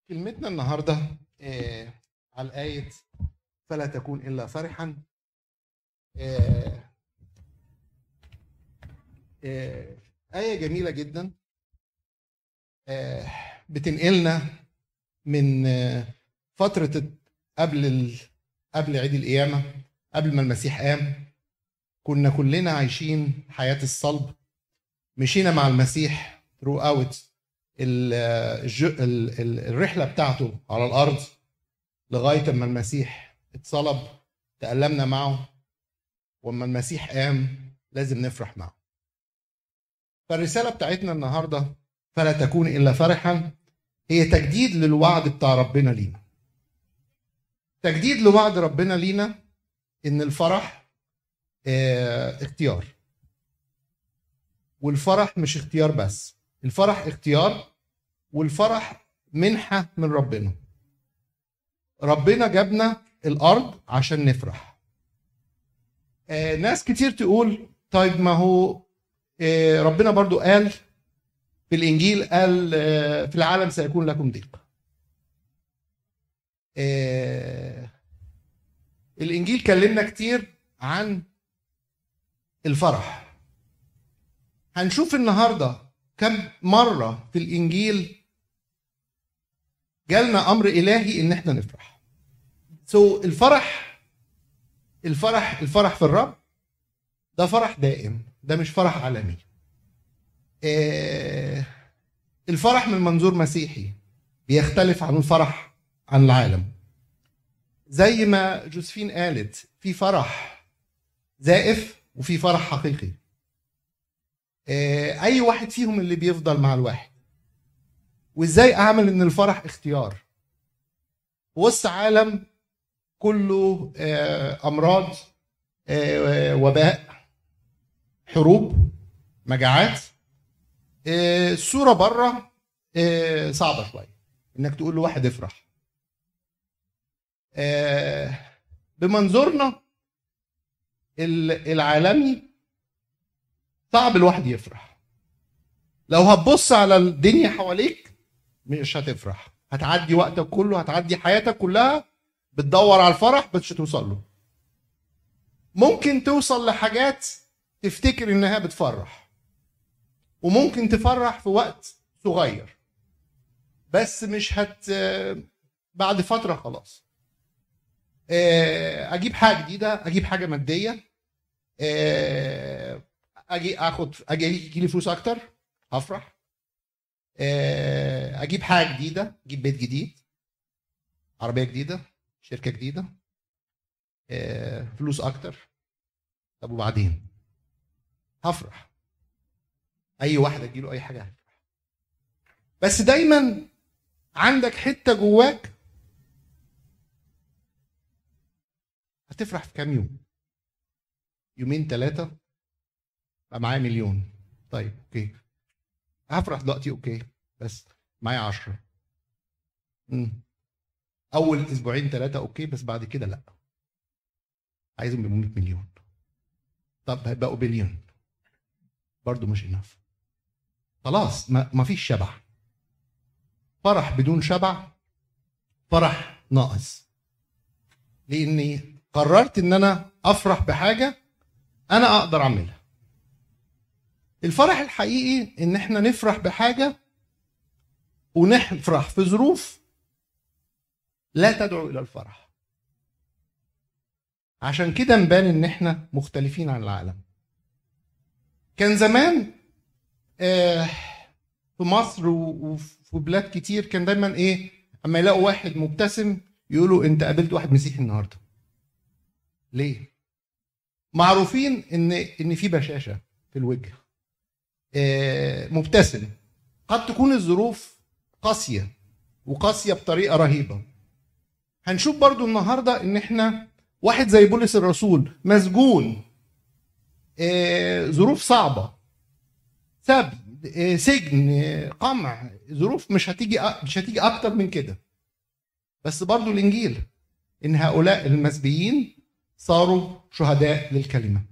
كلمتنا النهارده على الآية فلا تكون إلا فرحا. آه آية جميلة جدا، بتنقلنا من فترة قبل عيد القيامة، قبل ما المسيح قام. كنا كلنا عايشين حياة الصلب، مشينا مع المسيح throughout الرحلة بتاعته على الأرض لغاية ما المسيح اتصلب، تألمنا معه، وما المسيح قام لازم نفرح معه. فالرسالة بتاعتنا النهاردة فلا تكون إلا فرحا هي تجديد للوعد بتاع ربنا لينا. تجديد لوعد ربنا لينا إن الفرح اختيار، والفرح مش اختيار بس، الفرح اختيار، والفرح منحة من ربنا. ربنا جابنا الأرض عشان نفرح. ناس كتير تقول طيب ما هو ربنا برضو قال في الإنجيل، قال في العالم سيكون لكم ضيق. الإنجيل كلمنا كتير عن الفرح. هنشوف النهاردة كم مرة في الإنجيل جالنا أمر إلهي إن احنا نفرح. الفرح في الرب ده فرح دائم، ده مش فرح عالمي. الفرح من منظور مسيحي بيختلف عن الفرح عن العالم. زي ما جوزفين قالت، في فرح زائف وفي فرح حقيقي. اي واحد فيهم اللي بيفضل مع الواحد، وازاي اعمل ان الفرح اختيار وسط عالم كله امراض، وباء، حروب، مجاعات. الصورة بره صعبة شوية انك تقول لواحد افرح. بمنظورنا العالمي صعب الواحد يفرح. لو هتبص على الدنيا حواليك مش هتفرح، هتعدي وقتك كله، هتعدي حياتك كلها بتدور على الفرح بس مش هتوصل له. ممكن توصل لحاجات تفتكر انها بتفرح، وممكن تفرح في وقت صغير، بس مش بعد فترة خلاص. اجيب حاجة جديدة، اجيب حاجة مادية، اجي يجيلي فلوس اكتر هفرح. اجيب حاجة جديدة، اجيب بيت جديد، عربية جديدة، شركة جديدة، فلوس اكتر. طب وبعدين هفرح. اي واحد اجيله اي حاجة هفرح، بس دايما عندك حتة جواك هتفرح في كام يوم، يومين، 3، بقى معايا مليون. طيب اوكي هفرح دلوقتي، اوكي، بس معايا 10. اول اسبوعين 3 اوكي، بس بعد كده لا، عايزهم يبقوا 100 مليون. طب هيبقوا بليون، برضو مش انف. خلاص ما فيش شبع. فرح بدون شبع فرح ناقص، لاني قررت ان انا افرح بحاجه انا اقدر اعملها. الفرح الحقيقي ان احنا نفرح بحاجه ونفرح في ظروف لا تدعو الى الفرح. عشان كده نبان ان احنا مختلفين عن العالم. كان زمان في مصر وفي بلاد كتير كان دايما ايه، اما يلاقوا واحد مبتسم يقولوا انت قابلت واحد مسيحي النهارده. ليه؟ معروفين ان في بشاشه في الوجه، مبتسم. قد تكون الظروف قاسيه، وقاسيه بطريقه رهيبه. هنشوف برضو النهارده ان احنا واحد زي بولس الرسول مسجون، ظروف صعبه، سبي، سجن، قمع، ظروف مش هتيجي اكتر من كده. بس برضو الانجيل ان هؤلاء المسبيين صاروا شهداء للكلمه.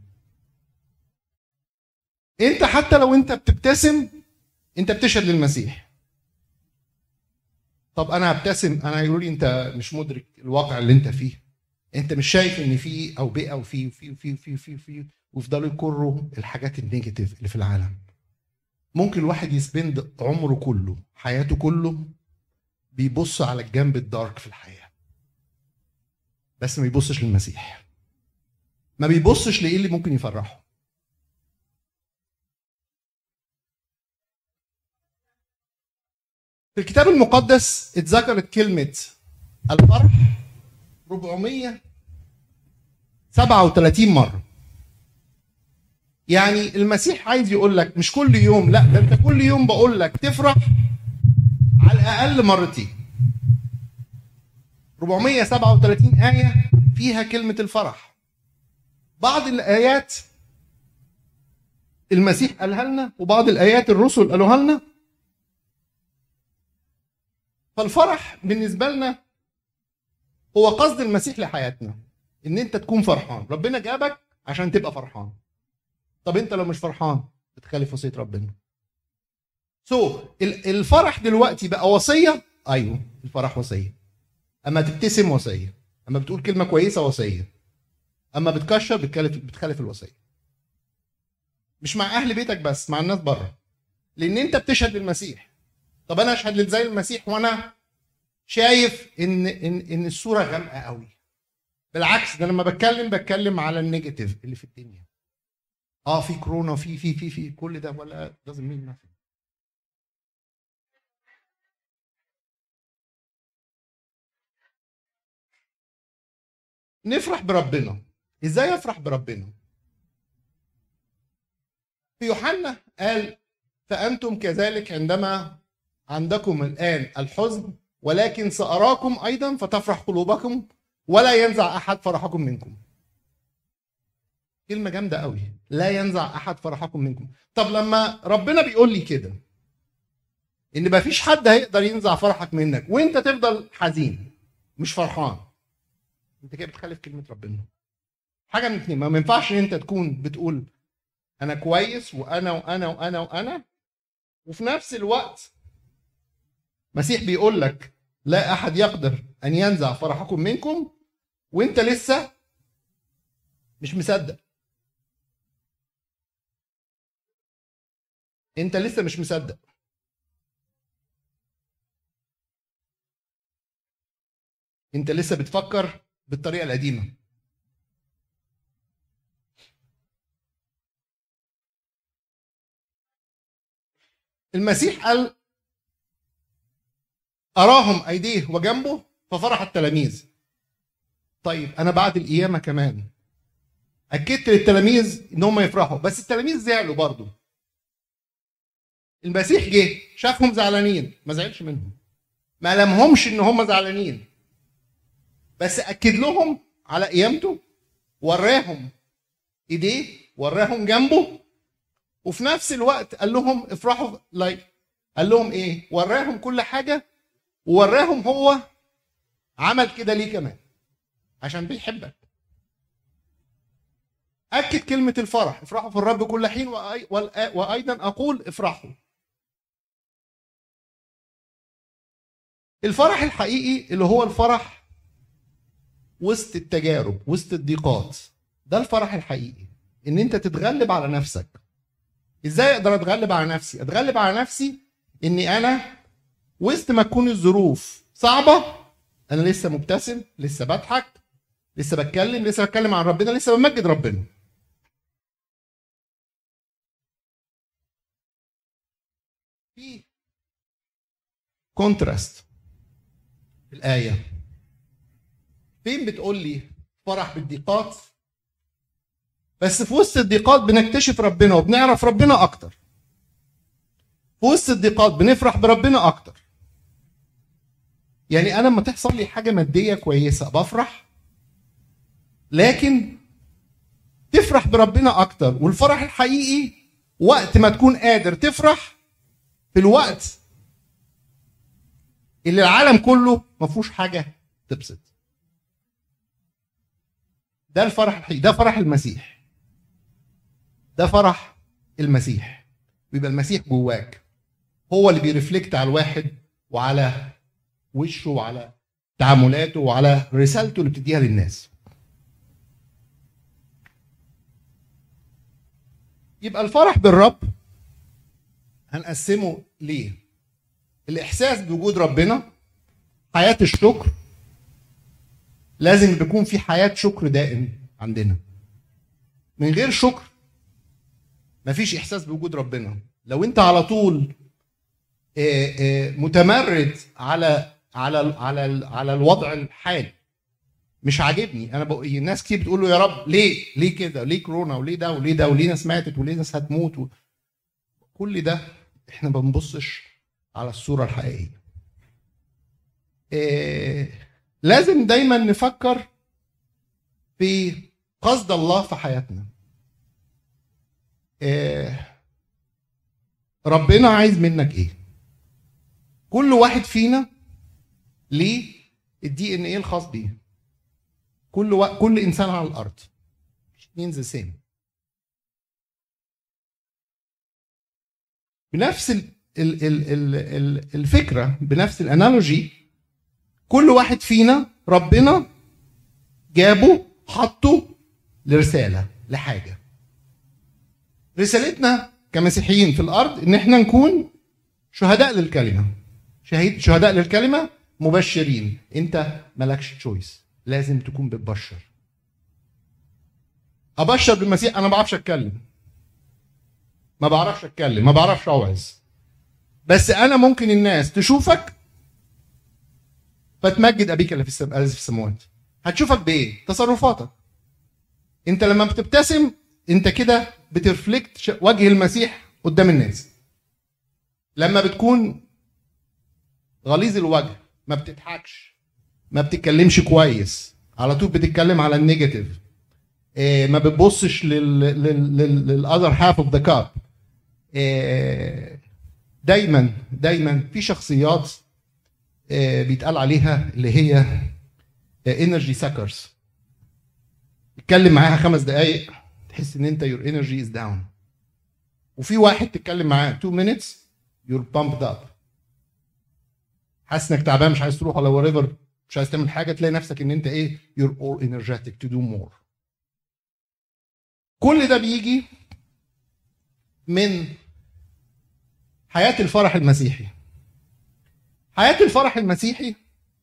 انت حتى لو انت بتبتسم انت بتشهد للمسيح. طب انا هبتسم، انا يقولوا لي انت مش مدرك الواقع اللي انت فيه، انت مش شايف ان في اوبئه وفي ويفضلوا يكروا الحاجات النيجاتيف اللي في العالم. ممكن الواحد يسبند عمره كله، حياته كله بيبص على الجنب الدارك في الحياه، بس ما بيبصش للمسيح، ما بيبصش لايه اللي ممكن يفرحه. في الكتاب المقدس اتذكرت كلمه الفرح 437 مره. يعني المسيح عايز يقول لك مش كل يوم، لا ده انت كل يوم بقول لك تفرح على الاقل مرتين. 437 آية فيها كلمة الفرح. بعض الآيات المسيح قالها لنا، وبعض الآيات الرسل قالوها لنا. فالفرح بالنسبة لنا هو قصد المسيح لحياتنا، إن أنت تكون فرحان. ربنا جابك عشان تبقى فرحان. طب أنت لو مش فرحان بتخالف وصية ربنا. الفرح دلوقتي بقى وصية. أيوه الفرح وصية. أما تبتسم وصية، أما بتقول كلمة كويسة وصية، أما بتكشر بتخالف الوصية. مش مع أهل بيتك بس، مع الناس بره، لأن أنت بتشهد للمسيح. طب أنا أشهد زي المسيح وأنا شايف إن الصورة غامقة قوي. بالعكس، ده لما بتكلم على النيجاتيف اللي في الدنيا. في كورونا، في كل ده، ولا لازم مين نفسه. نفرح بربنا. ازاي افرح بربنا؟ في يوحنا قال فأنتم كذلك عندما عندكم الآن الحزن، ولكن سأراكم أيضا فتفرح قلوبكم ولا ينزع أحد فرحكم منكم. كلمة جامدة قوي، لا ينزع أحد فرحكم منكم. طب لما ربنا بيقول لي كده إن مفيش حد هيقدر ينزع فرحك منك وأنت تفضل حزين مش فرحان، أنت كده بتخالف كلمة ربنا. حاجة من اتنين، ما ينفعش إن أنت تكون بتقول أنا كويس وأنا وأنا وأنا وأنا، وفي نفس الوقت مسيح بيقول لك لا أحد يقدر أن ينزع فرحكم منكم، وأنت لسه مش مصدق. أنت لسه مش مصدق. أنت لسه بتفكر بالطريقة القديمة. المسيح قال أراهم أيديه وجنبه ففرح التلاميذ. طيب أنا بعد القيامة كمان أكدت للتلاميذ إن هم يفرحوا، بس التلاميذ زعلوا برضو. المسيح جه شافهم زعلانين، ما زعلش منهم، ما لمهمش إن هم زعلانين، بس أكد لهم على قيامته، وراهم إيديه، وراهم جنبه، وفي نفس الوقت قال لهم افرحوا. قال لهم إيه؟ وراهم كل حاجة، ووراهم هو عمل كده ليه كمان عشان بيحبك. أكد كلمة الفرح، افرحوا في الرب كل حين وأيضا أقول افرحوا. الفرح الحقيقي اللي هو الفرح وسط التجارب، وسط الضيقات، ده الفرح الحقيقي. إن أنت تتغلب على نفسك. إزاي أقدر أتغلب على نفسي؟ أتغلب على نفسي إني أنا وسط ما تكون الظروف صعبة أنا لسه مبتسم، لسه بضحك، لسه بتكلم عن ربنا، لسه بمجد ربنا. في كونتراست في الآية، فين بتقول لي فرح بالضيقات، بس في وسط الضيقات بنكتشف ربنا وبنعرف ربنا أكتر. في وسط الضيقات بنفرح بربنا أكتر. يعني أنا لما تحصل لي حاجة مادية كويسة بفرح، لكن تفرح بربنا أكتر. والفرح الحقيقي وقت ما تكون قادر تفرح في الوقت اللي العالم كله ما فيهوش حاجة تبسط. ده الفرح الحقيقي، ده فرح المسيح، ده فرح المسيح. بيبقى المسيح جواك، هو اللي بيرفلكت على الواحد وعلى وشه وعلى تعاملاته وعلى رسالته اللي بتديها للناس. يبقى الفرح بالرب هنقسمه ليه؟ الإحساس بوجود ربنا، حياة الشكر، لازم يكون في حياة شكر دائم عندنا. من غير شكر مفيش إحساس بوجود ربنا. لو أنت على طول متمرد على الوضع الحالي، مش عاجبني، انا الناس كتير بتقول له يا رب ليه كده، ليه كورونا، وليه ده وليه ده، وليه ناس ماتت، وليه ناس هتموت كل ده احنا ما بنبصش على الصوره الحقيقيه. لازم دايما نفكر في قصد الله في حياتنا. ربنا عايز منك ايه؟ كل واحد فينا ليه الدي ان ايه الخاص بيه. كل انسان على الارض means the same. بنفس الفكره، بنفس الانالوجي، كل واحد فينا ربنا جابه حطه لرساله، لحاجه. رسالتنا كمسيحيين في الارض ان احنا نكون شهداء للكلمه، شهداء للكلمه، مبشرين. انت مالكش تشويس، لازم تكون بتبشر. ابشر بالمسيح. انا ما بعرفش اتكلم، ما بعرفش اوعظ، بس انا ممكن الناس تشوفك فتمجد ابيك اللي في السماوات. هتشوفك بايه؟ تصرفاتك. انت لما بتبتسم انت كده بترفلكت وجه المسيح قدام الناس. لما بتكون غليظ الوجه، ما بتضحكش، ما بتتكلمش كويس، على طول بتتكلم على النيجاتيف، ما بتبصش للاذر هاف اوف ذا كاب. دايما في شخصيات بيتقال عليها اللي هي انرجي ساكرز. تتكلم معاها 5 دقائق تحس ان انت your energy is down، وفي واحد تتكلم معاه 2 minutes you're pumped up، حاسس انك تعبان مش عايز تروح ولا whatever، مش عايز تعمل حاجه، تلاقي نفسك ان انت ايه you're all energetic to do more. كل ده بيجي من حياه الفرح المسيحي. حياه الفرح المسيحي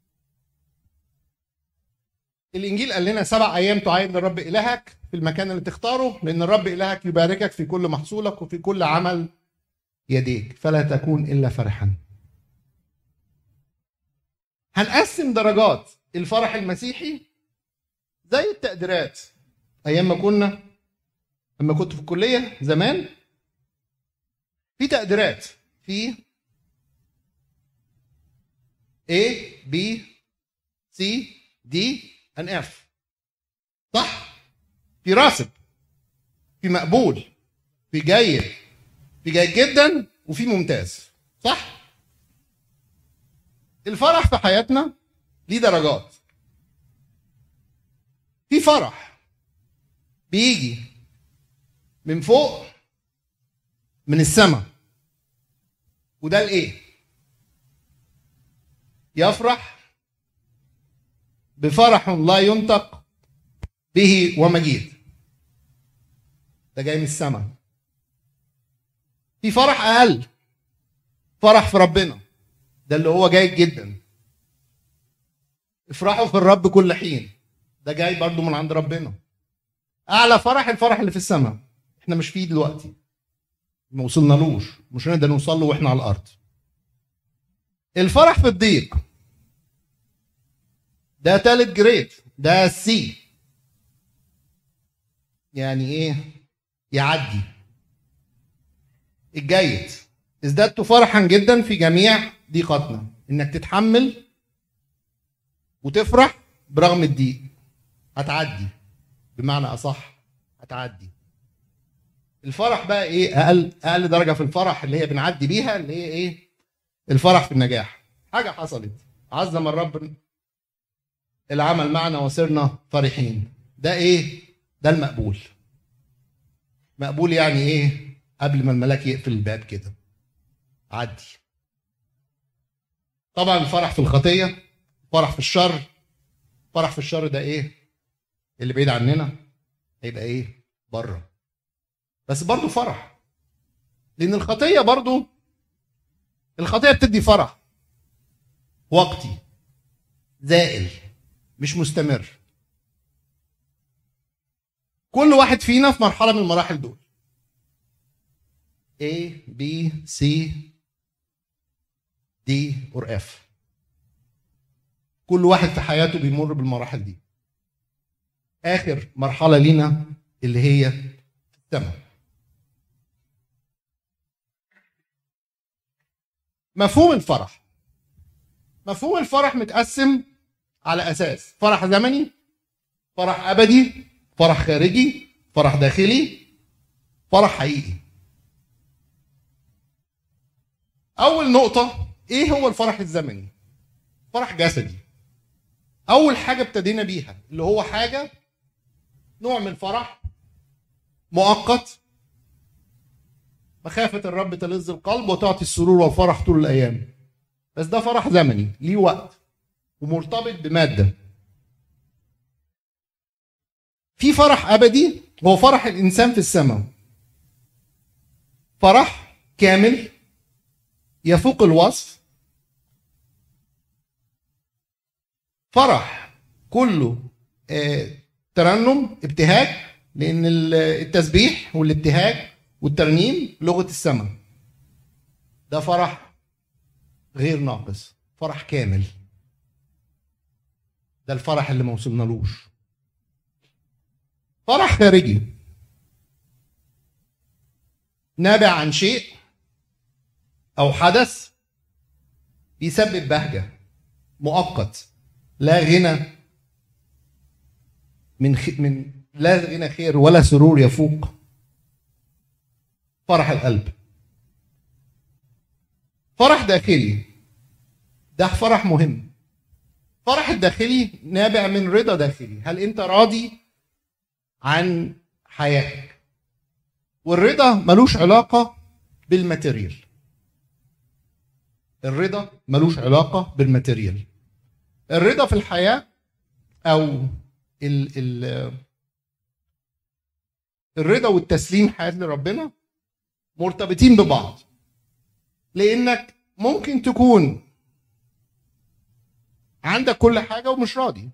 الانجيل قال لنا 7 ايام تعاين للرب الهك في المكان اللي تختاره، لان الرب الهك يباركك في كل محصولك وفي كل عمل يديك، فلا تكون الا فرحا. هنقسم درجات الفرح المسيحي زي التقديرات. ايام لما كنت في الكليه زمان، في تقديرات، في A B C D and F، صح؟ في راسب، في مقبول، في جيد، في جيد جدا، وفي ممتاز، صح؟ الفرح في حياتنا ليه درجات. في فرح بيجي من فوق، من السماء، وده الايه؟ يفرح بفرح لا ينطق به ومجيد، ده جاي من السماء. في فرح اقل، فرح في ربنا، ده اللي هو جيد جدا. افرحوا في الرب كل حين، ده جاي برضو من عند ربنا. اعلى فرح الفرح اللي في السماء، احنا مش فيه دلوقتي، ما وصلنالوش، مش هنقدر نوصل له واحنا على الارض. الفرح في الضيق ده 3 جريد، ده سي، يعني ايه؟ يعدي. الجيد ازددت فرحا جدا في جميع ضيقاتنا، انك تتحمل وتفرح برغم الضيق، هتعدي، بمعنى اصح هتعدي. الفرح بقى ايه؟ اقل درجه في الفرح اللي هي بنعدي بيها، اللي هي ايه؟ الفرح في النجاح. حاجه حصلت، عظم الرب العمل معنا وصرنا فرحين، ده ايه؟ ده المقبول. مقبول يعني ايه؟ قبل ما الملاك يقفل الباب كده عدي. طبعا الفرح في الخطيه، فرح في الشر. فرح في الشر ده ايه؟ اللي بعيد عننا هيبقى ايه؟ بره. بس برضو فرح، لان الخطيه برضو، الخطيه بتدي فرح وقتي زائل مش مستمر. كل واحد فينا في مرحله من المراحل دول، A B C D or F. كل واحد في حياته بيمر بالمراحل دي. اخر مرحله لينا اللي هي السماء. مفهوم الفرح، مفهوم الفرح متقسم على اساس فرح زمني، فرح ابدي، فرح خارجي، فرح داخلي، فرح حقيقي. اول نقطه، ايه هو الفرح الزمني؟ فرح جسدي. اول حاجه ابتدينا بيها اللي هو حاجه، نوع من فرح مؤقت. مخافه الرب تلذ القلب وتعطي السرور والفرح طول الايام. بس ده فرح زمني ليه وقت ومرتبط بماده. في فرح ابدي هو فرح الانسان في السماء، فرح كامل يفوق الوصف، فرح كله ترنم ابتهاج، لان التسبيح والابتهاج والترنيم لغه السماء. ده فرح غير ناقص، فرح كامل. ده الفرح اللي ما وصلنالوش. فرح خارجي نابع عن شيء او حدث بيسبب بهجه مؤقت، لا غنى من لا غنى خير ولا سرور يفوق فرح القلب. فرح داخلي ده فرح مهم. فرح الداخلي نابع من رضا داخلي. هل انت راضي عن حياتك؟ والرضا ملوش علاقة بالماتيريال. الرضا ملوش علاقة بالماتيريال. الرضا في الحياة او الرضا والتسليم حياة لربنا مرتبطين ببعض. لانك ممكن تكون عندك كل حاجة ومش راضي،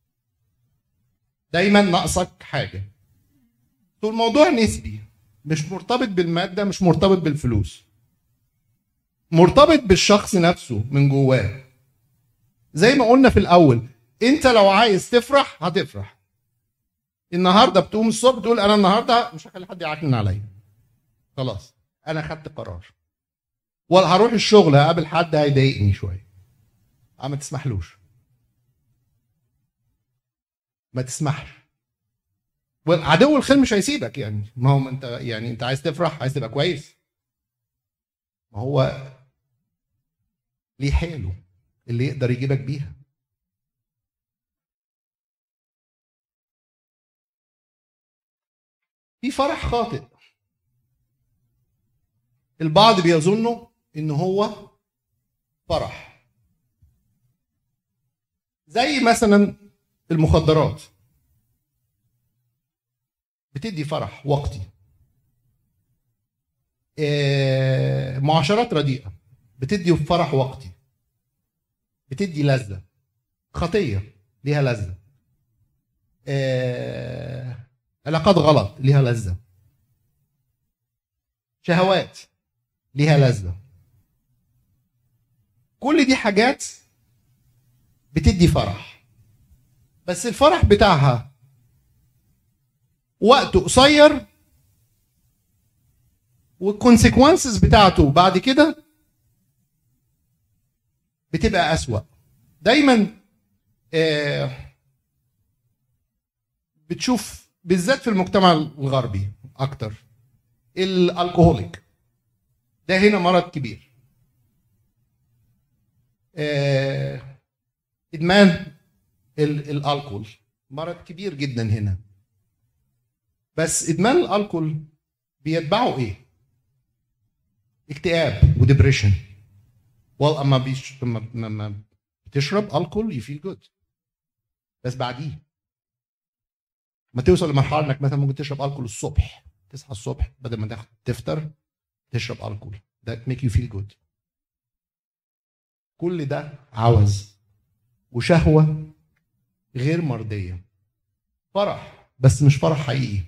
دايما ناقصك حاجة. الموضوع نسبي، مش مرتبط بالمادة، مش مرتبط بالفلوس، مرتبط بالشخص نفسه من جواه. زي ما قلنا في الأول، انت لو عايز تفرح هتفرح. النهارده بتقوم الصبح تقول انا النهارده مش هخلي حد يعكنن عليا، خلاص انا خدت قرار. ولا هروح الشغل هقابل حد هيضايقني شويه، ما تسمحلوش، ما تسمحش. والعدو الخير مش هيسيبك. يعني ما هو انت، يعني انت عايز تفرح، عايز تبقى كويس، ما هو ليه حيله اللي يقدر يجيبك بيها. في فرح خاطئ. البعض بيظنوا ان هو فرح، زي مثلا المخدرات بتدي فرح وقتي، معاشرات رديئة بتدي فرح وقتي، بتدي لذة. خطية ليها لذة، علاقات غلط ليها لذة، شهوات ليها لذة. كل دي حاجات بتدي فرح، بس الفرح بتاعها وقت قصير، والكونسيكونسز بتاعته بعد كده بتبقى أسوأ. دايما بتشوف بالذات في المجتمع الغربي اكتر الالكوهوليك ده هنا مرض كبير. ادمان الالكول مرض كبير جدا هنا. بس ادمان الالكول بيتبعه ايه؟ اكتئاب وديبريشن. اما بتشرب الكحول يو فيل جود، بس بعديه ما توصل لمرحله انك مثلا ممكن تشرب الكحول الصبح، تصحى الصبح بدل ما تفطر تشرب الكحول، ده ميك يو فيل جود. كل ده عوز وشهوه غير مرضيه، فرح بس مش فرح حقيقي.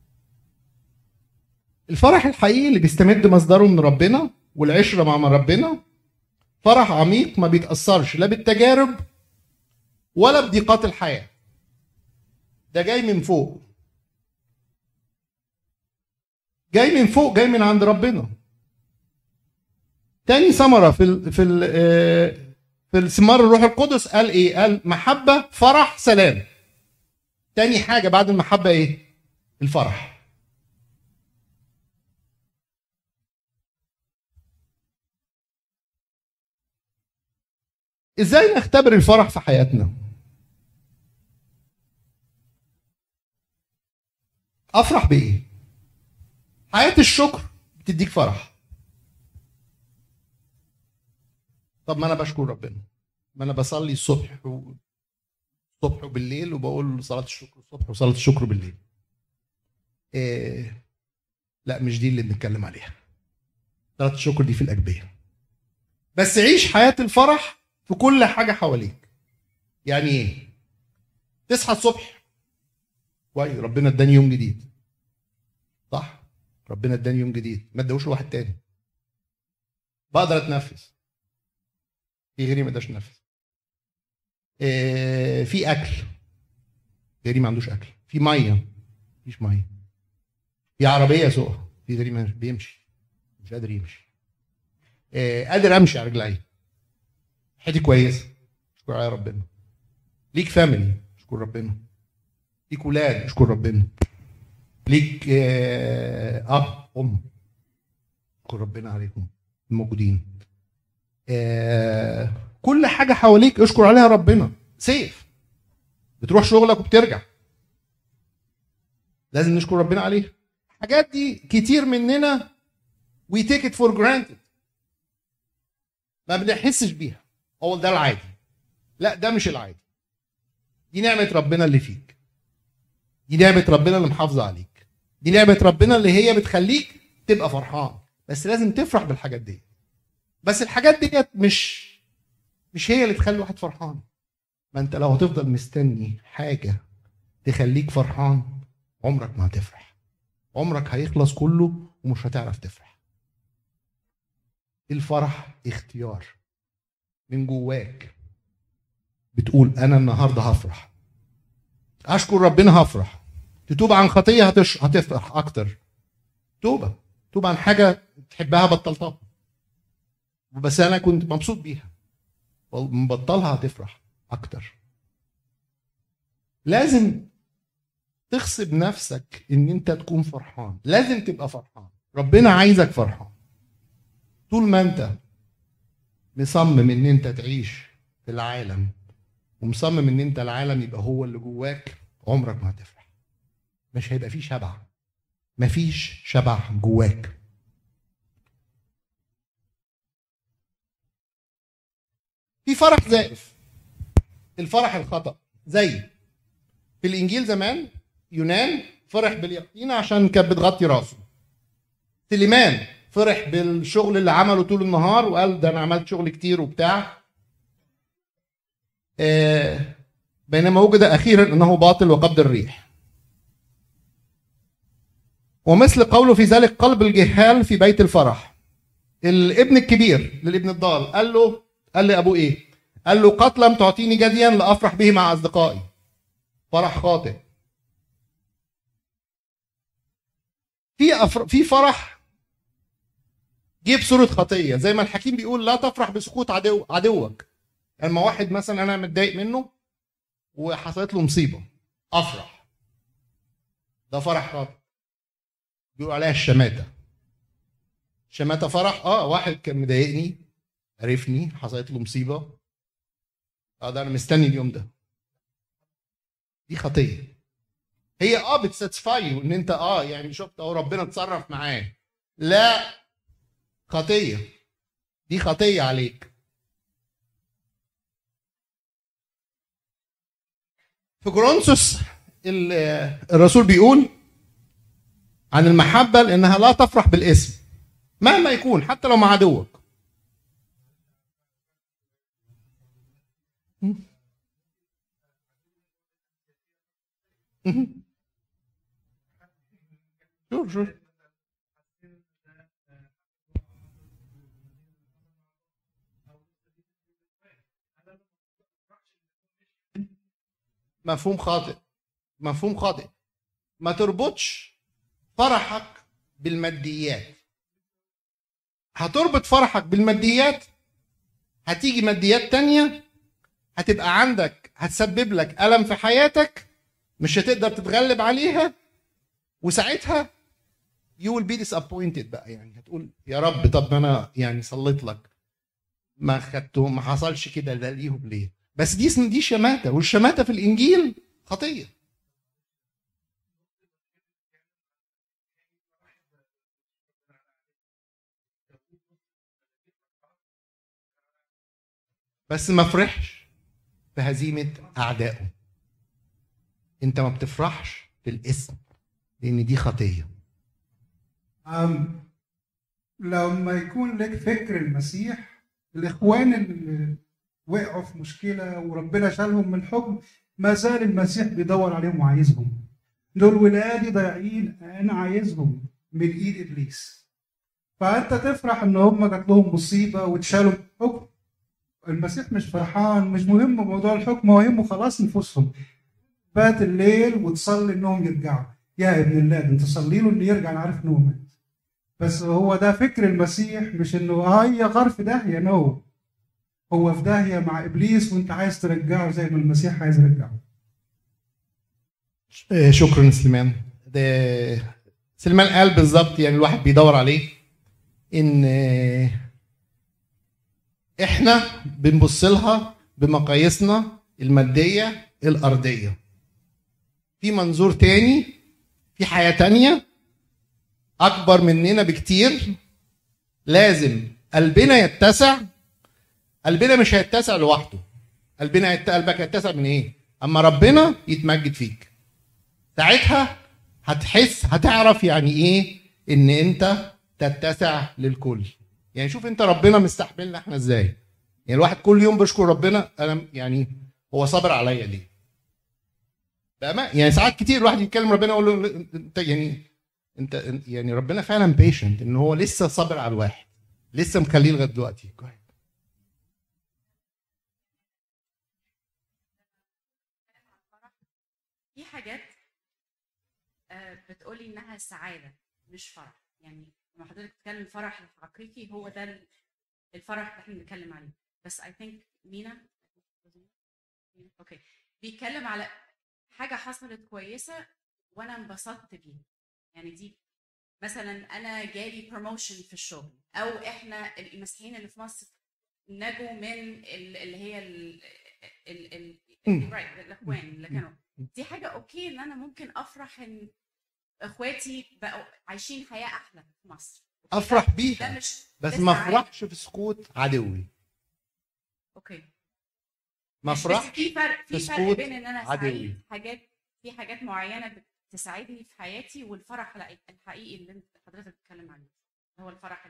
الفرح الحقيقي اللي بيستمد مصدره من ربنا والعشره مع ربنا فرح عميق ما بيتاثرش لا بالتجارب ولا بضيقات الحياه، ده جاي من فوق، جاي من فوق، جاي من عند ربنا. تاني ثمره في الثمار الروح القدس قال ايه؟ قال محبه فرح سلام. تاني حاجه بعد المحبه ايه؟ الفرح. ازاي نختبر الفرح في حياتنا؟ افرح بايه؟ حياه الشكر بتديك فرح. طب ما انا بشكر ربنا، ما انا بصلي الصبح وبالليل، وبقول صلاه الشكر الصبح وصلاه الشكر بالليل. إيه؟ لا مش دي اللي بنتكلم عليها. صلاه الشكر دي في الاجبيه. بس عيش حياه الفرح في كل حاجه حواليك. يعني ايه؟ تصحى الصبح كويس، ربنا اداني يوم جديد، صح؟ ربنا اداني يوم جديد ما اداهوش لواحد تاني، بقدر اتنفس، في غيري ما قدرش يتنفس. في اكل، غيري ما عندوش اكل. في ميه، مفيش ميه. في عربيه سوقها، في غيري ما بيمشي، مش قادر يمشي. قادر امشي على رجلي، حياتي كويسه، اشكر على ربنا. ليك فاميلي، اشكر ربنا. ليك ولاد، اشكر ربنا. ليك اب ام، اشكر ربنا عليكم الموجودين. كل حاجه حواليك اشكر عليها ربنا. سيف، بتروح شغلك وبترجع، لازم نشكر ربنا عليها. الحاجات دي كتير مننا we take it for granted، ما بنحسش بيها، هو ده العادي. لا ده مش العادي، دي نعمة ربنا اللي فيك، دي نعمة ربنا اللي محافظة عليك، دي نعمة ربنا اللي هي بتخليك تبقى فرحان. بس لازم تفرح بالحاجات دي. بس الحاجات دي مش هي اللي تخلي واحد فرحان. ما انت لو هتفضل مستني حاجة تخليك فرحان عمرك ما هتفرح، عمرك هيخلص كله ومش هتعرف تفرح. الفرح اختيار من جواك، بتقول انا النهارده هفرح، اشكر ربنا هفرح. تتوب عن خطيه هتفرح اكتر. توب عن حاجه تحبها بطلتها، بس انا كنت مبسوط بيها، مبطلها هتفرح اكتر. لازم تغصب نفسك ان انت تكون فرحان، لازم تبقى فرحان. ربنا عايزك فرحان. طول ما انت مصمم ان انت تعيش في العالم ومصمم ان انت العالم يبقى هو اللي جواك، عمرك ما هتفرح. مش هيبقى فيه شبع، مفيش شبع جواك. في فرح زائف، الفرح الخطأ. زي في الانجيل زمان يونان فرح باليقطينة عشان كانت بتغطي راسه. سليمان فرح بالشغل اللي عمله طول النهار وقال ده انا عملت شغل كتير وبتاع. بينما وجد اخيرا انه باطل وقبض الريح. ومثل قوله في ذلك قلب الجهال في بيت الفرح. الابن الكبير للابن الضال قال لابوه ايه؟ قال له قد لم تعطيني جديا لافرح به مع اصدقائي. فرح خاطئ. في فرح جيب صورة خطية، زي ما الحكيم بيقول لا تفرح بسقوط عدوك. لما واحد مثلا انا متضايق منه وحصلت له مصيبة افرح، ده فرح خاطئ، بيقولوا عليها الشماتة. شماتة فرح. واحد كان مضايقني، عرفني، حصلت له مصيبة، ده انا مستني اليوم ده. دي خطية. هي بتساتسفاي ان انت يعني شفت ربنا اتصرف معاه. لا، خطية، دي خطية عليك. في كورنثوس الرسول بيقول عن المحبة لأنها لا تفرح بالاسم مهما يكون حتى لو مع عدوك. شور مفهوم خاطئ. مفهوم خاطئ. ما تربطش فرحك بالماديات. هتربط فرحك بالماديات هتيجي ماديات تانية هتبقى عندك هتسبب لك ألم في حياتك مش هتقدر تتغلب عليها، وساعتها you will be disappointed بقى. يعني هتقول يا رب طب انا يعني صليت لك ما خدتهم ما حصلش كده ده ليهم ليه؟ بس دي شماتة، والشماتة في الإنجيل خطية. بس ما فرحش بهزيمة أعدائه. أنت ما بتفرحش بالاسم لأن دي خطية. لما يكون لك فكر المسيح، الإخوان اللي وقعوا في مشكلة وربنا شالهم من الحكم ما زال المسيح بيدور عليهم وعايزهم. دول ولادي ضايعين أنا عايزهم من إيد إبليس. فأنت تفرح إن هم جات لهم مصيبة واتشالوا من الحكم. المسيح مش فرحان، مش مهم موضوع الحكم، هو يهمه خلاص نفوسهم. فات الليل وتصلي إنهم يرجعوا. يا ابن الله أنت تصلي له إنه يرجع، أنا عارف إنه مات. بس هو ده فكر المسيح، مش إنه هي غار في داهية. نو، هو في داهية مع إبليس وأنت عايز ترجعه زي ما المسيح عايز يرجعه. شكرا سليمان. سليمان قال بالظبط، يعني الواحد بيدور عليه ان احنا بنبص لها بمقاييسنا المادية الأرضية. في منظور تاني، في حياة تانية أكبر مننا بكتير. لازم قلبنا يتسع. قلبنا مش هيتسع لوحده. قلبك هيتسع من ايه؟ اما ربنا يتمجد فيك، ساعتها هتعرف يعني ايه ان انت تتسع للكل. يعني شوف انت ربنا مستحملنا احنا ازاي. يعني الواحد كل يوم بيشكر ربنا، انا يعني هو صابر عليا ليه؟ يعني ساعات كتير الواحد يتكلم ربنا يقول له انت يعني ربنا فعلا بيشنت ان هو لسه صابر على الواحد، لسه مخليه لغايه دلوقتي. في حاجات بتقولي انها سعاده مش فرح. يعني لما حضرتك بتتكلم الفرح الحقيقي هو ده الفرح اللي احنا بنتكلم عليه. بس I think مينا اوكي بيتكلم على حاجه حصلت كويسه وانا انبسطت بيها. يعني دي مثلا انا جالي بروموشن في الشغل، او احنا المسيحيين اللي في مصر نجوا من اللي هي الاخوان اللي كانوا، دي حاجه اوكي ان انا ممكن افرح ان اخواتي بقوا عايشين حياه احلى في مصر، افرح بيها، بس ما افرحش في سقوط عدوي. اوكي ما افرحش في فرق بين ان انا سعيد في حاجات معينه بتساعدني في حياتي، والفرح الحقيقي اللي حضرتك بتتكلم عنه هو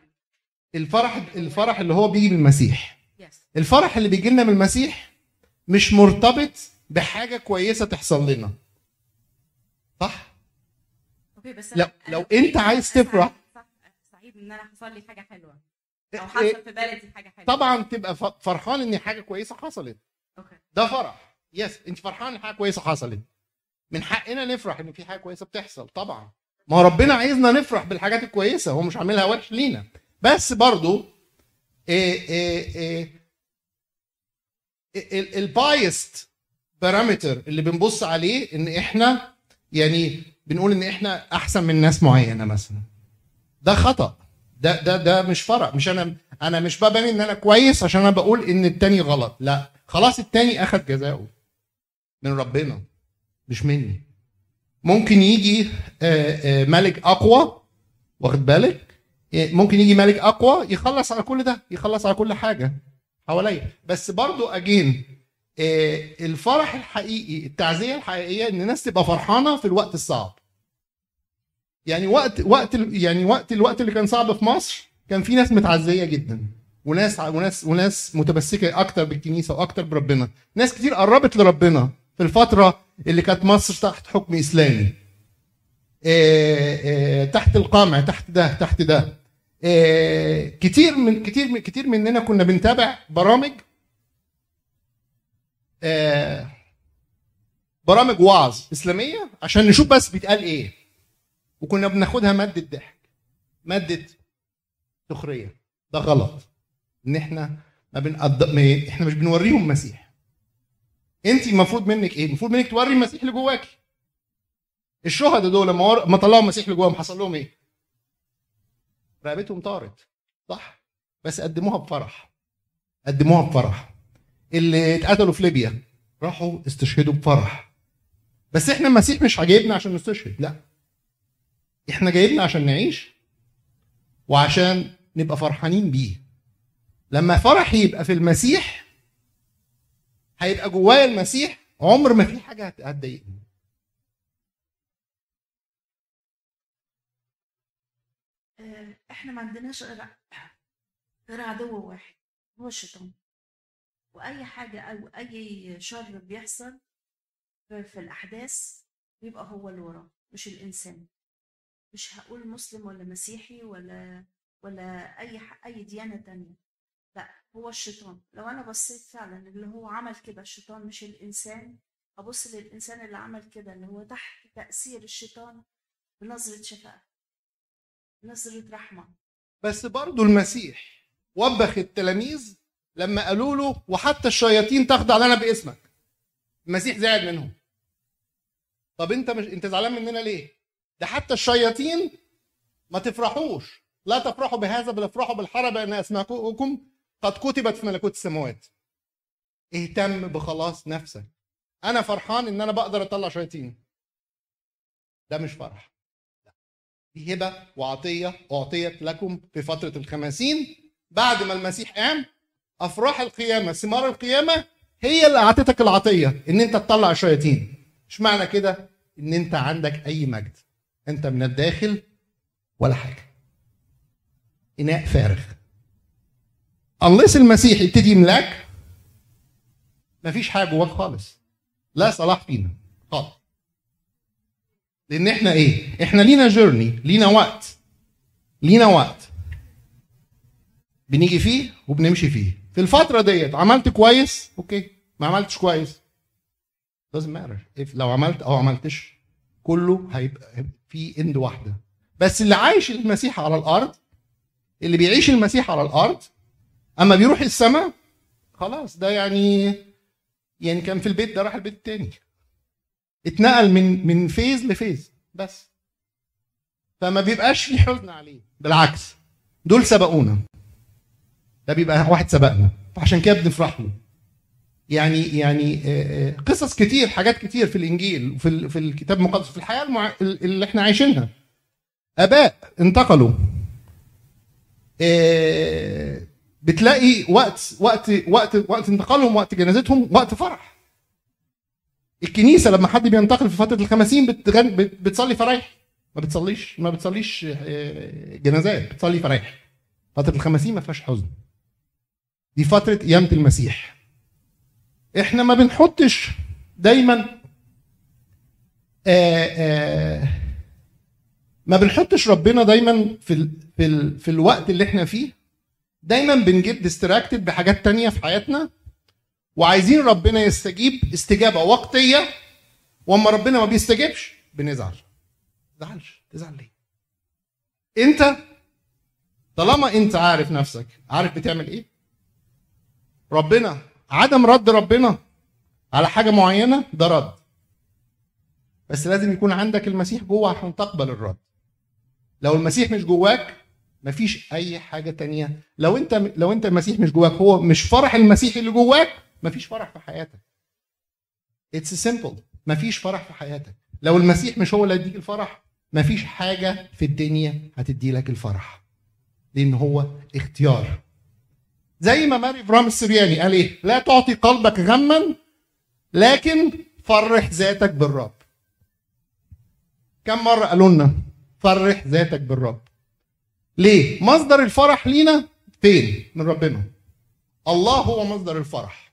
الفرح اللي هو بيجي من المسيح. الفرح اللي بيجي لنا من المسيح مش مرتبط بحاجه كويسه تحصل لنا، صح؟ اوكي بس لو انت عايز تفرح سعيد ان انا حصل لي حاجه حلوه او حصل في بلدي حاجه حلوه، طبعا تبقى فرحان ان حاجه كويسه حصلت. اوكي ده فرح. انت فرحان ان حاجه كويسه حصلت، من حقنا نفرح ان في حاجه كويسه بتحصل. طبعا ما هو ربنا عايزنا نفرح بالحاجات الكويسه، هو مش عاملها وحش لينا. بس برضو البايست بارامتر اللي بنبص عليه ان احنا يعني بنقول ان احنا احسن من ناس معينه مثلا، ده خطأ. ده مش فرق. مش انا مش ببين ان انا كويس عشان انا بقول ان التاني غلط. لا، خلاص التاني اخذ جزاؤه من ربنا مش مني. ممكن يجي ملك اقوى، واخد بالك؟ ممكن يجي ملك اقوى يخلص على كل ده، يخلص على كل حاجه حواليا. بس برضو اجين الفرح الحقيقي، التعزيه الحقيقيه ان الناس تبقى فرحانه في الوقت الصعب. يعني الوقت اللي كان صعب في مصر كان في ناس متعزيه جدا، وناس متمسكه اكتر بالكنيسه واكتر بربنا. ناس كتير قربت لربنا في الفتره اللي كانت مصر تحت حكم اسلامي، تحت القمع، تحت ده. كتير مننا كنا بنتابع برامج وعظ اسلاميه عشان نشوف بس بيتقال ايه، وكنا بناخدها ماده ضحك، ماده سخريه. ده غلط. ان احنا احنا مش بنوريهم مسيح. انت المفروض منك ايه؟ المفروض منك توري المسيح اللي جواكي. الشهداء دول لما طلعوا المسيح اللي جواهم حصل لهم ايه؟ رقبتهم طارت، صح؟ بس قدموها بفرح. اللي اتقتلوا في ليبيا راحوا استشهدوا بفرح. بس احنا المسيح مش جايبنا عشان نستشهد، لا، احنا جايبنا عشان نعيش وعشان نبقى فرحانين بيه. لما فرحي يبقى في المسيح، هيبقى جوايا المسيح، عمر ما في حاجه هتضايقني. احنا ما عندناش غير عدو واحد، هو الشيطان. واي حاجه او اي شر بيحصل في الاحداث بيبقى هو اللي وراه، مش الانسان. مش هقول مسلم ولا مسيحي ولا اي ديانه تانية، لا، هو الشيطان. لو انا بصيت فعلا اللي هو عمل كده الشيطان مش الانسان، ابص للانسان اللي عمل كده اللي هو تحت تاثير الشيطان بنظره شفقه، نظره رحمه. بس برضو المسيح وبخ التلاميذ لما قالوا له وحتى الشياطين تخضع لنا باسمك. المسيح زعل منهم. طب انت زعلان مننا ليه؟ ده حتى الشياطين ما تفرحوش، لا تفرحوا بهذا بل افرحوا بالحرب ان اسماءكم قد كتبت في ملكوت السماوات. اهتم بخلاص نفسك. انا فرحان ان انا بقدر اطلع شياطين، ده مش فرح، لا. دي هبه وعطيه اعطيت لكم في فتره الخمسين بعد ما المسيح قام. افراح القيامه، ثمار القيامه هي اللي اعطتك العطيه ان انت تطلع الشياطين. مش معنى كده ان انت عندك اي مجد، انت من الداخل ولا حاجه، اناء فارغ. unless المسيح يبتدي يملاك، مفيش حاجه جواك خالص، لا صلاح فينا خالص. لان احنا ايه؟ احنا لينا جيرني، لينا وقت بنيجي فيه وبنمشي فيه. في الفتره ديت عملت كويس، اوكي، ما عملتش كويس doesn't matter. لو عملت او عملتش، كله هيبقى في اند واحده. بس اللي عايش المسيح على الارض، اللي بيعيش المسيح على الارض، اما بيروح السماء خلاص، ده يعني كان في البيت، ده راح البيت التاني، اتنقل من فيز لفيز بس. فما بيبقاش في حزن عليه، بالعكس، دول سبقونا، ده بيبقى واحد سبقنا، فعشان كده بنفرح له. يعني قصص كتير، حاجات كتير في الانجيل وفي الكتاب المقدس، في الحياه اللي احنا عايشينها. اباء انتقلوا، بتلاقي وقت انتقالهم، وقت جنازتهم، وقت فرح. الكنيسه لما حد بينتقل في فتره الخمسين بتصلي فرايح، ما بتصليش جنازات، بتصلي فرايح. فتره الخمسين ما فيهاش حزن، دي فتره قيامه المسيح. احنا ما بنحطش دايما ما بنحطش ربنا دايما في الوقت اللي احنا فيه. دايما بنجيب ديستراكتد بحاجات تانية في حياتنا، وعايزين ربنا يستجيب استجابة وقتية، واما ربنا ما بيستجيبش بنزعل. تزعل ليه؟ انت طالما انت عارف نفسك، عارف بتعمل ايه، ربنا عدم رد ربنا على حاجة معينة ده رد، بس لازم يكون عندك المسيح جوه عشان تقبل الرد. لو المسيح مش جواك مفيش اي حاجة تانية. لو انت المسيح مش جواك، هو مش فرح المسيح اللي جواك، مفيش فرح في حياتك. It's simple. مفيش فرح في حياتك. لو المسيح مش هو اللي هيديك الفرح، مفيش حاجة في الدنيا هتدي لك الفرح، لان هو اختيار. زي ما ماري فرام السرياني قال ايه؟ لا تعطي قلبك غما لكن فرح ذاتك بالرب. كم مرة قالوا لنا فرح ذاتك بالرب؟ ليه؟ مصدر الفرح لينا فين؟ من ربنا. الله هو مصدر الفرح.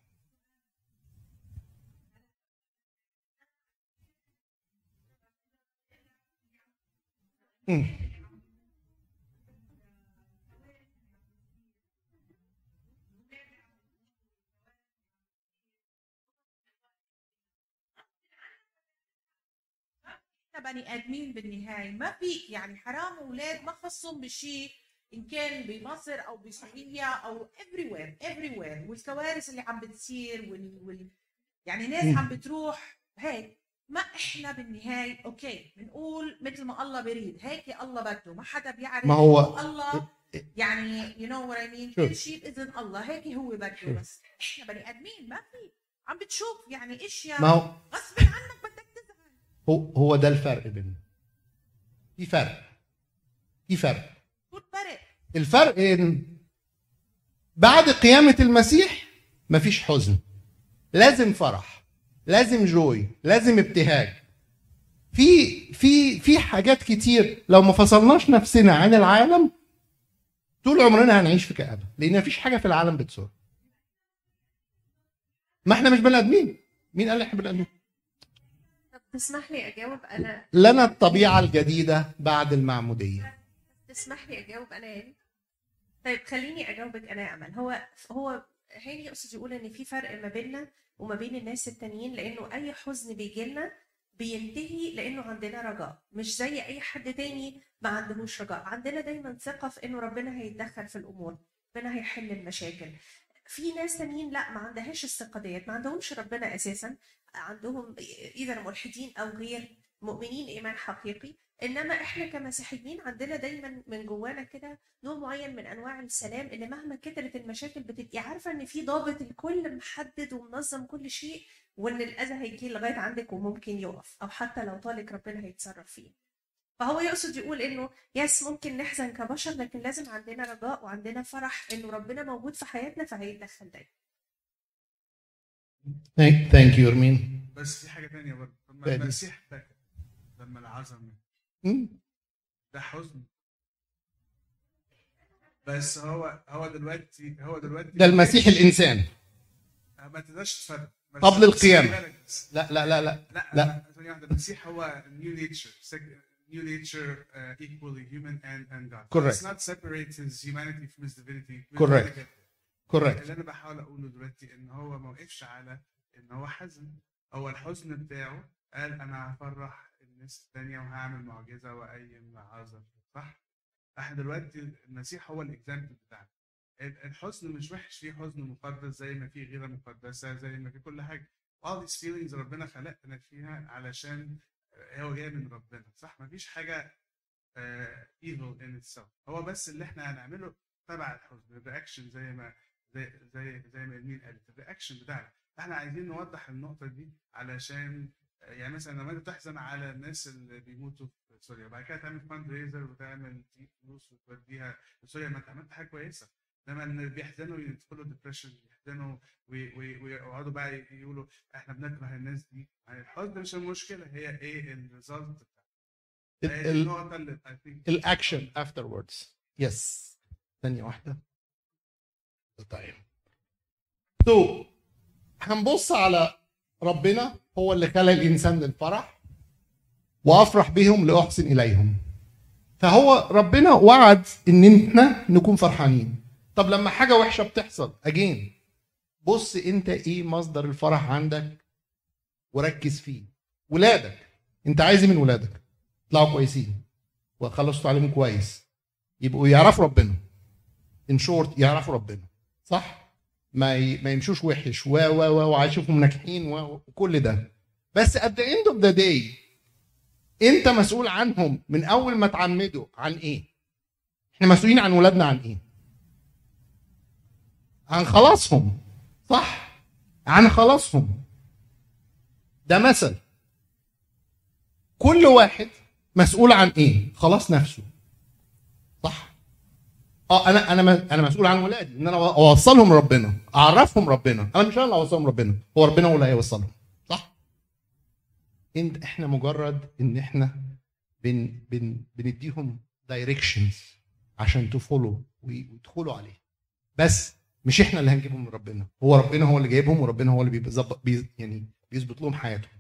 بني ادمين بالنهايه، ما في يعني حرام اولاد ما خصهم بشيء، ان كان بمصر او بسوريا او everywhere والكوارث اللي عم بتصير يعني ناس عم بتروح هيك. ما احنا بالنهايه اوكي بنقول مثل ما الله بريد هيك الله بده، ما حدا بيعرف ما هو الله يعني you know what I mean. كل شيء باذن الله هيك هو بده. بس احنا بني ادمين ما في عم بتشوف يعني اشياء غصب عنك بدك تزعل. هو ده الفرق بيننا. في فرق. الفرق ان بعد قيامة المسيح مفيش حزن، لازم فرح، لازم جوي، لازم ابتهاج. في حاجات كتير لو ما فصلناش نفسنا عن العالم طول عمرنا هنعيش في كآبة، لان مفيش حاجة في العالم بتسر. ما احنا مش بني ادمين. مين قال احنا بني ادمين؟ طب تسمح لي اجاوب انا؟ لنا الطبيعة الجديدة بعد المعمودية. تسمح لي اجاوب انا يعني؟ طيب خليني اجاوبك انا يا امل. هو هاني يقصد يقول ان في فرق ما بيننا وما بين الناس التانيين، لانه اي حزن بيجي لنا بينتهي لانه عندنا رجاء، مش زي اي حد تاني ما عندهوش رجاء. عندنا دايما ثقه في انه ربنا هيتدخل في الامور، ربنا هيحل المشاكل. في ناس تانيين لا، ما عندهاش الثقه ديت، ما عندهمش ربنا اساسا، عندهم اذا ملحدين او غير مؤمنين ايمان حقيقي. انما احنا كمسيحيين عندنا دايما من جوانا كده نوع معين من انواع السلام، اللي مهما كترت المشاكل بتبقي عارفه ان في ضابط الكل محدد ومنظم كل شيء، وان الاذى هيجي لغايه عندك وممكن يقف، او حتى لو طالك ربنا هيتصرف فيه. فهو يقصد يقول انه يس ممكن نحزن كبشر، لكن لازم عندنا رجاء وعندنا فرح انه ربنا موجود في حياتنا فهيتدخل دايما. ثانك يو ارمين. بس في حاجه ثانيه برضه، لما المسيح بكى، لما العظمه ده حزن، بس هو دلوقتي ده المسيح الانسان. ما تقدرش تفرق قبل القيامه. لا لا لا لا لا ثانيه واحده. المسيح هو new nature equally human and God. Correct. It's not separate his humanity from his divinity. Correct. اللي انا بحاول اقوله دلوقتي ان هو ما وقفش على ان هو حزن. هو الحزن بتاعه قال انا هفرح الناس الثانيه وهعمل معجزه واقيم عازر، صح؟ احنا دلوقتي المسيح هو الاكزامبل بتاعنا. الحزن مش وحش، فيه حزن مقدس زي ما فيه غيره مقدسه، زي ما فيه كل حاجه. all these feelings ربنا خلقنا فيها علشان هو جاي من ربنا، صح؟ مفيش حاجه evil in itself. هو بس اللي احنا هنعمله تبع الحزن، الرياكشن زي ما ارمين قالت، الرياكشن بتاعنا. احنا عايزين نوضح النقطه دي علشان يعني مثلا لما انت تحزن على الناس اللي بيموتوا في سوريا، بعد كده تعمل فاند ريزر وتعمل فلوس وتوديها لسوريا، ما انت عملت حاجه كويسه. لما اللي بيحزنوا يدخلوا ديبريشن، يحزنوا ويقعدوا بقى يقولوا احنا بنكره الناس دي. يعني الحزن مش المشكله، هي ايه الريزلت بتاعها، النقطه اللي الاكشن afterwards. يس ثانيه واحده. طيب هنبص على ربنا، هو اللي خلق الانسان للفرح، وافرح بهم لاحسن اليهم. فهو ربنا وعد ان احنا نكون فرحانين. طب لما حاجه وحشه بتحصل اجين، بص انت ايه مصدر الفرح عندك وركز فيه. ولادك، انت عايز من ولادك يطلعوا كويسين وخلصوا تعليمهم كويس، يبقوا يعرفوا ربنا، ان شورت يعرفوا ربنا، صح؟ ما يمشوش وحش وعايشهم ناجحين وكل ده. بس at the end of the day انت مسؤول عنهم من اول ما تعمدوا. عن ايه؟ احنا مسؤولين عن ولادنا عن ايه؟ عن خلاصهم، صح؟ عن خلاصهم. ده مثل. كل واحد مسؤول عن ايه؟ خلاص نفسه، صح؟ انا مسؤول عن ولادي، ان انا اوصلهم ربنا، اعرفهم ربنا. انا مش انا اللي اوصلهم ربنا، هو ربنا هو اللي هيوصلهم. احنا مجرد ان احنا بنديهم دايركشنز عشان تفولو ويدخلوا عليه، بس مش احنا اللي هنجيبهم من ربنا، هو ربنا هو اللي جايبهم، وربنا هو اللي بيظبط يعني بيظبط لهم حياتهم.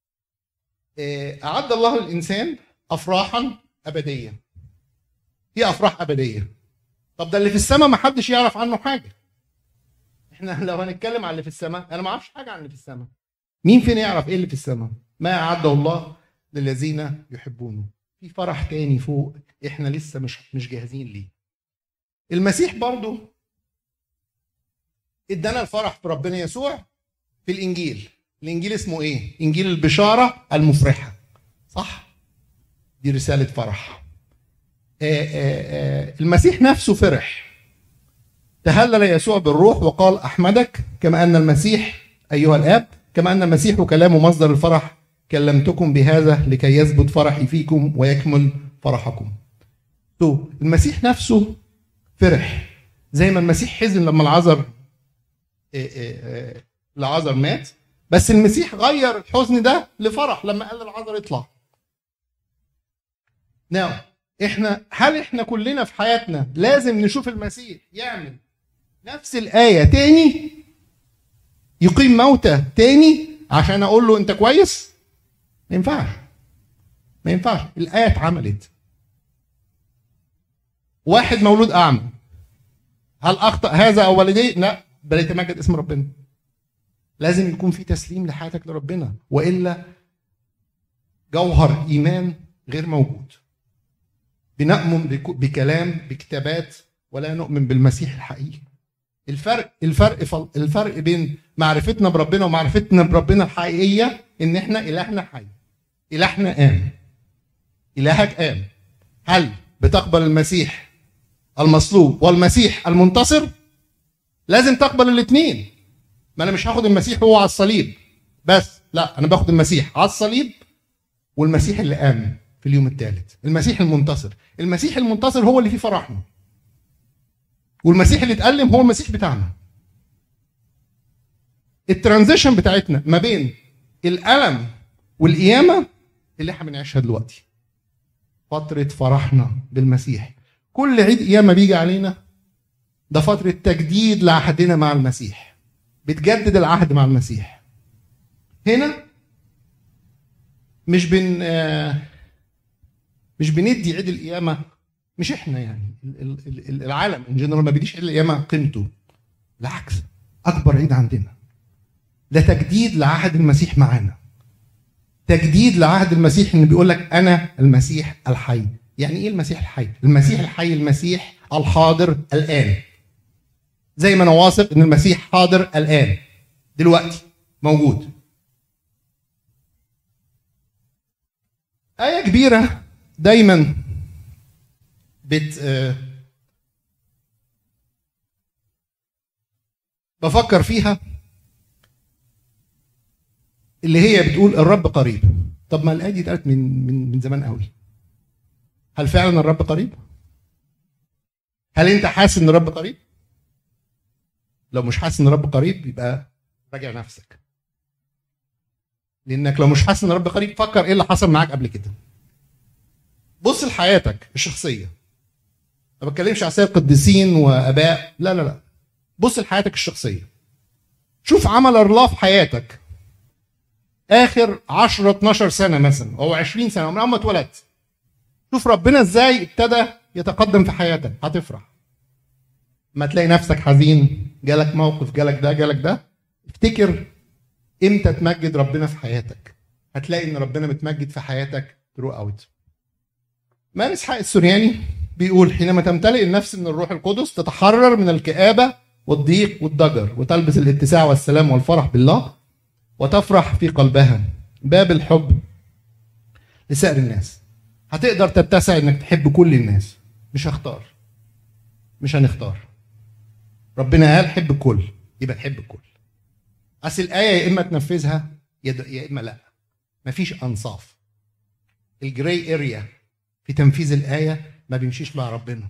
اعد الله للانسان افراحا ابديه. في افراح ابديه. طب ده اللي في السماء ما حدش يعرف عنه حاجه. احنا لو هنتكلم عن اللي في السماء، انا ما اعرفش حاجه عن اللي في السماء. مين فينا يعرف ايه اللي في السماء؟ ما اعده الله للذين يحبونه. في فرح تاني فوق احنا لسه مش جاهزين ليه. المسيح برضو ادانا الفرح في ربنا يسوع في الانجيل. الانجيل اسمه ايه؟ انجيل البشاره المفرحه، صح؟ دي رساله فرح. المسيح نفسه فرح. تهلل يسوع بالروح وقال احمدك كما ان المسيح ايها الاب، كما ان المسيح كلامه مصدر الفرح، كلمتكم بهذا لكي يثبت فرحي فيكم ويكمل فرحكم. المسيح نفسه فرح. زي ما المسيح حزن لما العذر مات، بس المسيح غير الحزن ده لفرح لما قال للعذر اطلع. هل احنا كلنا في حياتنا لازم نشوف المسيح يعمل نفس الآية تاني، يقيم موتى تاني عشان اقول له انت كويس؟ ما ينفعش. ما ينفعش. الآية اتعملت. واحد مولود أعمى، هل أخطأ هذا أو والديه؟ لا، بل يتمجد اسم ربنا. لازم يكون في تسليم لحياتك لربنا، وإلا جوهر إيمان غير موجود. بنؤمن بكلام بكتابات ولا نؤمن بالمسيح الحقيقي. الفرق بين معرفتنا بربنا ومعرفتنا بربنا الحقيقية إن إحنا إلهنا حي، إلهنا قام، إلهك قام. هل بتقبل المسيح المصلوب والمسيح المنتصر؟ لازم تقبل الاثنين. ما أنا مش هاخد المسيح وهو على الصليب بس، لا، أنا باخد المسيح على الصليب والمسيح اللي قام في اليوم الثالث، المسيح المنتصر. المسيح المنتصر هو اللي فيه فرحنا، والمسيح اللي اتألم هو المسيح بتاعنا. الترانزيشن بتاعتنا ما بين الألم والقيامة اللي احنا بنعيشها دلوقتي، فترة فرحنا بالمسيح. كل عيد قيامة بيجي علينا ده فترة تجديد لعهدنا مع المسيح، بتجدد العهد مع المسيح. هنا مش بندي عيد القيامة، مش احنا يعني العالم ان جنرال ما بيديش عيد القيامة قيمته، بالعكس اكبر عيد عندنا ده تجديد لعهد المسيح معانا. تجديد لعهد المسيح ان بيقول لك انا المسيح الحي. يعني ايه المسيح الحي؟ المسيح الحي المسيح الحاضر الان. زي ما انا واثق ان المسيح حاضر الان دلوقتي موجود. آية كبيرة دايما بفكر فيها، اللي هي بتقول الرب قريب. طب ما الآية دي اتقالت من زمان قوي. هل فعلا الرب قريب؟ هل انت حاسس ان الرب قريب؟ لو مش حاسس ان الرب قريب يبقى راجع نفسك. لانك لو مش حاسس ان الرب قريب، فكر ايه اللي حصل معاك قبل كده. بص لحياتك الشخصيه. ما بتكلمش على سير قديسين واباء، لا لا لا. بص لحياتك الشخصيه. شوف عمل الله في حياتك اخر 10 12 سنه مثلا، او 20 سنه من اول ما اتولدت. شوف ربنا ازاي ابتدى يتقدم في حياتك، هتفرح. ما تلاقي نفسك حزين، جالك موقف، جالك ده، افتكر امتى تمجد ربنا في حياتك. هتلاقي ان ربنا متمجد في حياتك ثرو اوت. ماري اسحاق السورياني بيقول حينما تمتلئ النفس من الروح القدس تتحرر من الكآبة والضيق والضجر، وتلبس الاتساع والسلام والفرح بالله، وتفرح في قلبها باب الحب لسائر الناس. هتقدر تتسع انك تحب كل الناس. مش هنختار. ربنا قال حب الكل، يبقى تحب الكل. اصل الآية يا اما تنفذها يا اما لا. مفيش انصاف. الجراي اريا في تنفيذ الآية ما بيمشيش مع ربنا.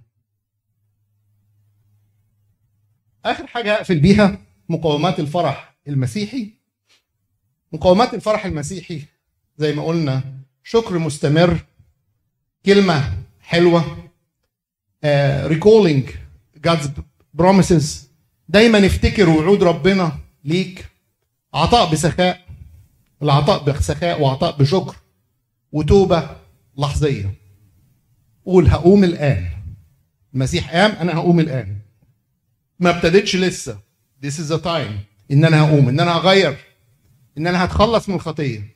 آخر حاجة أقفل بيها مقومات الفرح المسيحي. مقومات الفرح المسيحي زي ما قلنا شكر مستمر، كلمة حلوة، recalling God's promises، دايما افتكر وعود ربنا ليك، عطاء بسخاء، العطاء بسخاء وعطاء بشكر، وتوبة لحظية. قول هقوم الآن، المسيح قام، أنا هقوم الآن، ما ابتدتش لسه، this is the time إن أنا هقوم، إن أنا هغير، إن أنا هتخلص من الخطية.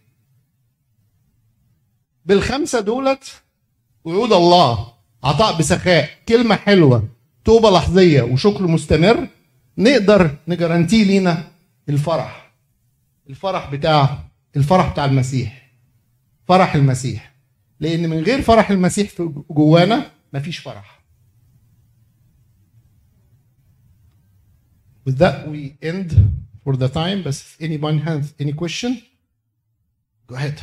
بالخمسة دولت وعود الله، عطاء بسخاء، كلمة حلوة، توبة لحظية، وشكر مستمر، نقدر نجرانتي لينا الفرح. الفرح بتاع المسيح، فرح المسيح، لأن من غير فرح المسيح في جوانا مفيش فرح. With that we end for the time. But if anyone has any question, go ahead.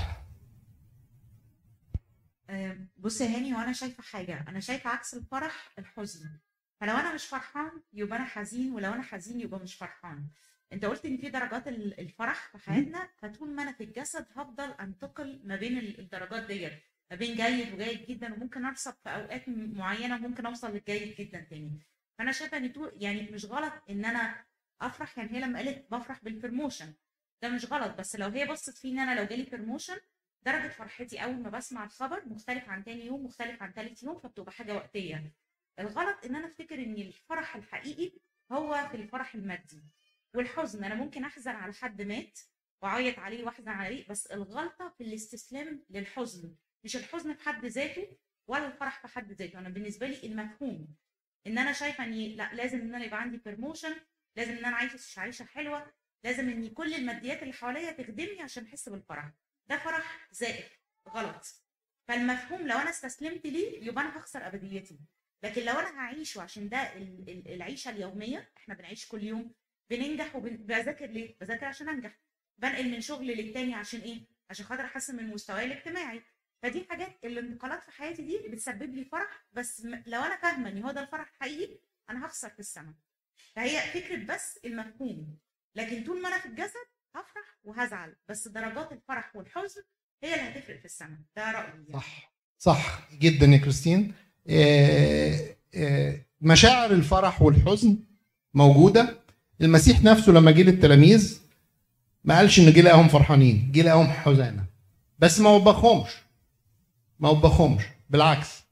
بص يا هاني، وانا شايفه حاجه، انا شايفه عكس الفرح الحزن. فلو انا مش فرحان يبقى انا حزين، ولو انا حزين يبقى مش فرحان. انت قلت ان في درجات الفرح في حياتنا، فطول ما انا في الجسد هفضل انتقل ما بين الدرجات ديت، ما بين جيد وجيد جدا، وممكن ارسب في اوقات معينه وممكن اوصل للجيد جدا تاني. فانا شايفه ان يعني مش غلط ان انا افرح. يعني هي لما قالت بفرح بالبرموشن ده مش غلط، بس لو هي بصت فيه ان انا لو جالي برموشن درجه فرحتي اول ما بسمع الخبر مختلف عن تاني يوم، مختلف عن تالت يوم، فبتبقى حاجه وقتيه. الغلط ان انا افتكر ان الفرح الحقيقي هو في الفرح المادي. والحزن انا ممكن احزن على حد مات واعيط عليه واحزن عليه، بس الغلطه في الاستسلام للحزن، مش الحزن في حد ذاته ولا الفرح في حد ذاته. انا بالنسبه لي المفهوم ان انا شايفه اني لا، لازم ان انا يبقى عندي بروموشن، لازم ان انا عايشه عيشه حلوه، لازم ان كل الماديات اللي حواليا تخدمني عشان احس بالفرح. ده فرح زائف، غلط. فالمفهوم لو انا استسلمت ليه يبقى انا هخسر ابديتي. لكن لو انا هعيشه عشان ده العيشه اليوميه، احنا بنعيش كل يوم، بننجح وبذاكر ليه؟ بذاكر عشان انجح. بنقل من شغل للتاني عشان ايه؟ عشان خاطر احسن من مستواي الاجتماعي. فدي حاجات، الانتقالات في حياتي دي بتسبب لي فرح، بس لو انا فاهمه ان هو ده الفرح الحقيقي انا هخسر في السماء. فهي فكره بس المفهوم. لكن طول ما انا في الجسد هفرح وهزعل، بس درجات الفرح والحزن هي اللي هتفرق في السماء. ده رايي يعني. صح جدا يا كريستين. مشاعر الفرح والحزن موجوده. المسيح نفسه لما جه للتلاميذ ما قالش ان جه لقاهم فرحانين، جه لقاهم حزانه، بس ما وبخهمش، بالعكس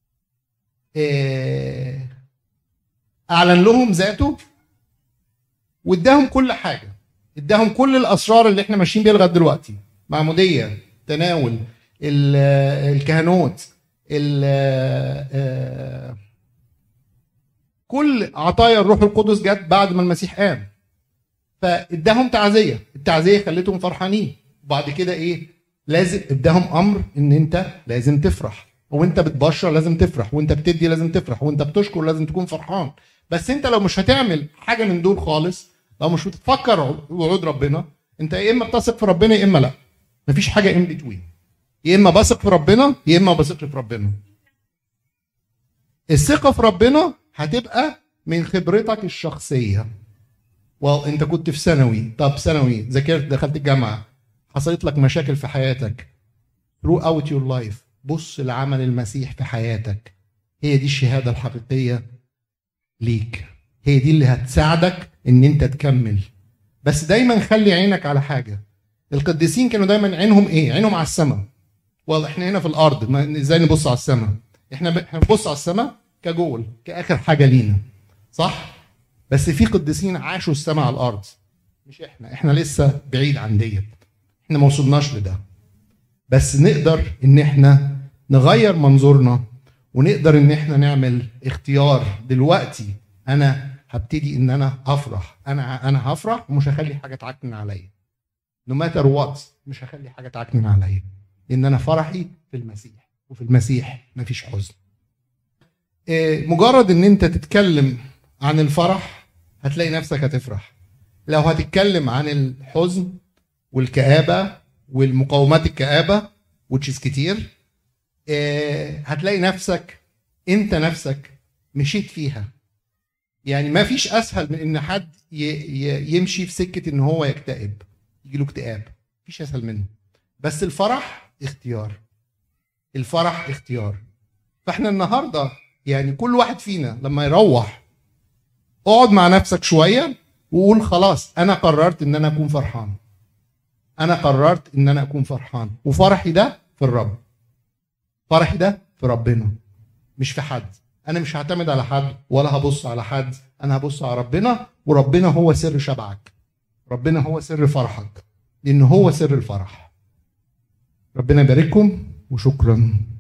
اعلن لهم ذاته واداهم كل حاجه، اداهم كل الاسرار اللي احنا ماشيين بيها لغايه دلوقتي: معموديه، تناول، الكهنوت، كل عطايا الروح القدس جت بعد ما المسيح قام. فاداهم تعزيه، التعزيه خلتهم فرحانين. وبعد كده ايه؟ لازم اداهم امر ان انت لازم تفرح، وانت بتبشر لازم تفرح، وانت بتدي لازم تفرح، وانت بتشكر لازم تكون فرحان. بس انت لو مش هتعمل حاجه من دول خالص، لو مش بتفكر وعود ربنا، انت يا اما بتثق في ربنا يا اما لا. مفيش حاجه ان بتوين، يا اما بثق في ربنا يا اما بثق في ربنا. الثقه في ربنا هتبقى من خبرتك الشخصيه. انت كنت في ثانوي، طب ثانوي ذاكرت، دخلت الجامعه، حصلت لك مشاكل في حياتك، throughout your life بص لعمل المسيح في حياتك. هي دي الشهاده الحقيقيه ليك، هي دي اللي هتساعدك ان انت تكمل. بس دايما خلي عينك على حاجه. القديسين كانوا دايما عينهم ايه؟ عينهم على السماء. احنا هنا في الارض ازاي نبص على السماء؟ احنا بنبص على السماء كجول، كاخر حاجه لينا، صح؟ بس في قديسين عاشوا السماء على الارض، مش احنا لسه بعيد عن ديت، احنا ما وصلناش لده. بس نقدر ان احنا نغير منظورنا، ونقدر ان احنا نعمل اختيار دلوقتي. انا هبتدي ان انا افرح، انا هفرح ومش هخلي حاجه تعكنن عليا. no matter what مش هخلي حاجه تعكنن عليا، ان انا فرحي في المسيح، وفي المسيح مفيش حزن. مجرد ان انت تتكلم عن الفرح هتلاقي نفسك هتفرح. لو هتتكلم عن الحزن والكآبة والمقاومات الكآبة which is كتير، هتلاقي نفسك انت نفسك مشيت فيها. يعني ما فيش اسهل من ان حد يمشي في سكة ان هو يكتئب، يجيله اكتئاب، مفيش اسهل منه. بس الفرح اختيار. الفرح اختيار. فاحنا النهارده يعني كل واحد فينا لما يروح اقعد مع نفسك شويه وقول خلاص انا قررت ان انا اكون فرحان. انا قررت ان انا اكون فرحان، وفرحي ده في الرب. فرحي ده في ربنا مش في حد. انا مش هعتمد على حد ولا هبص على حد، انا هبص على ربنا، وربنا هو سر شبعك. ربنا هو سر فرحك، لان هو سر الفرح. ربنا يبارككم وشكرا.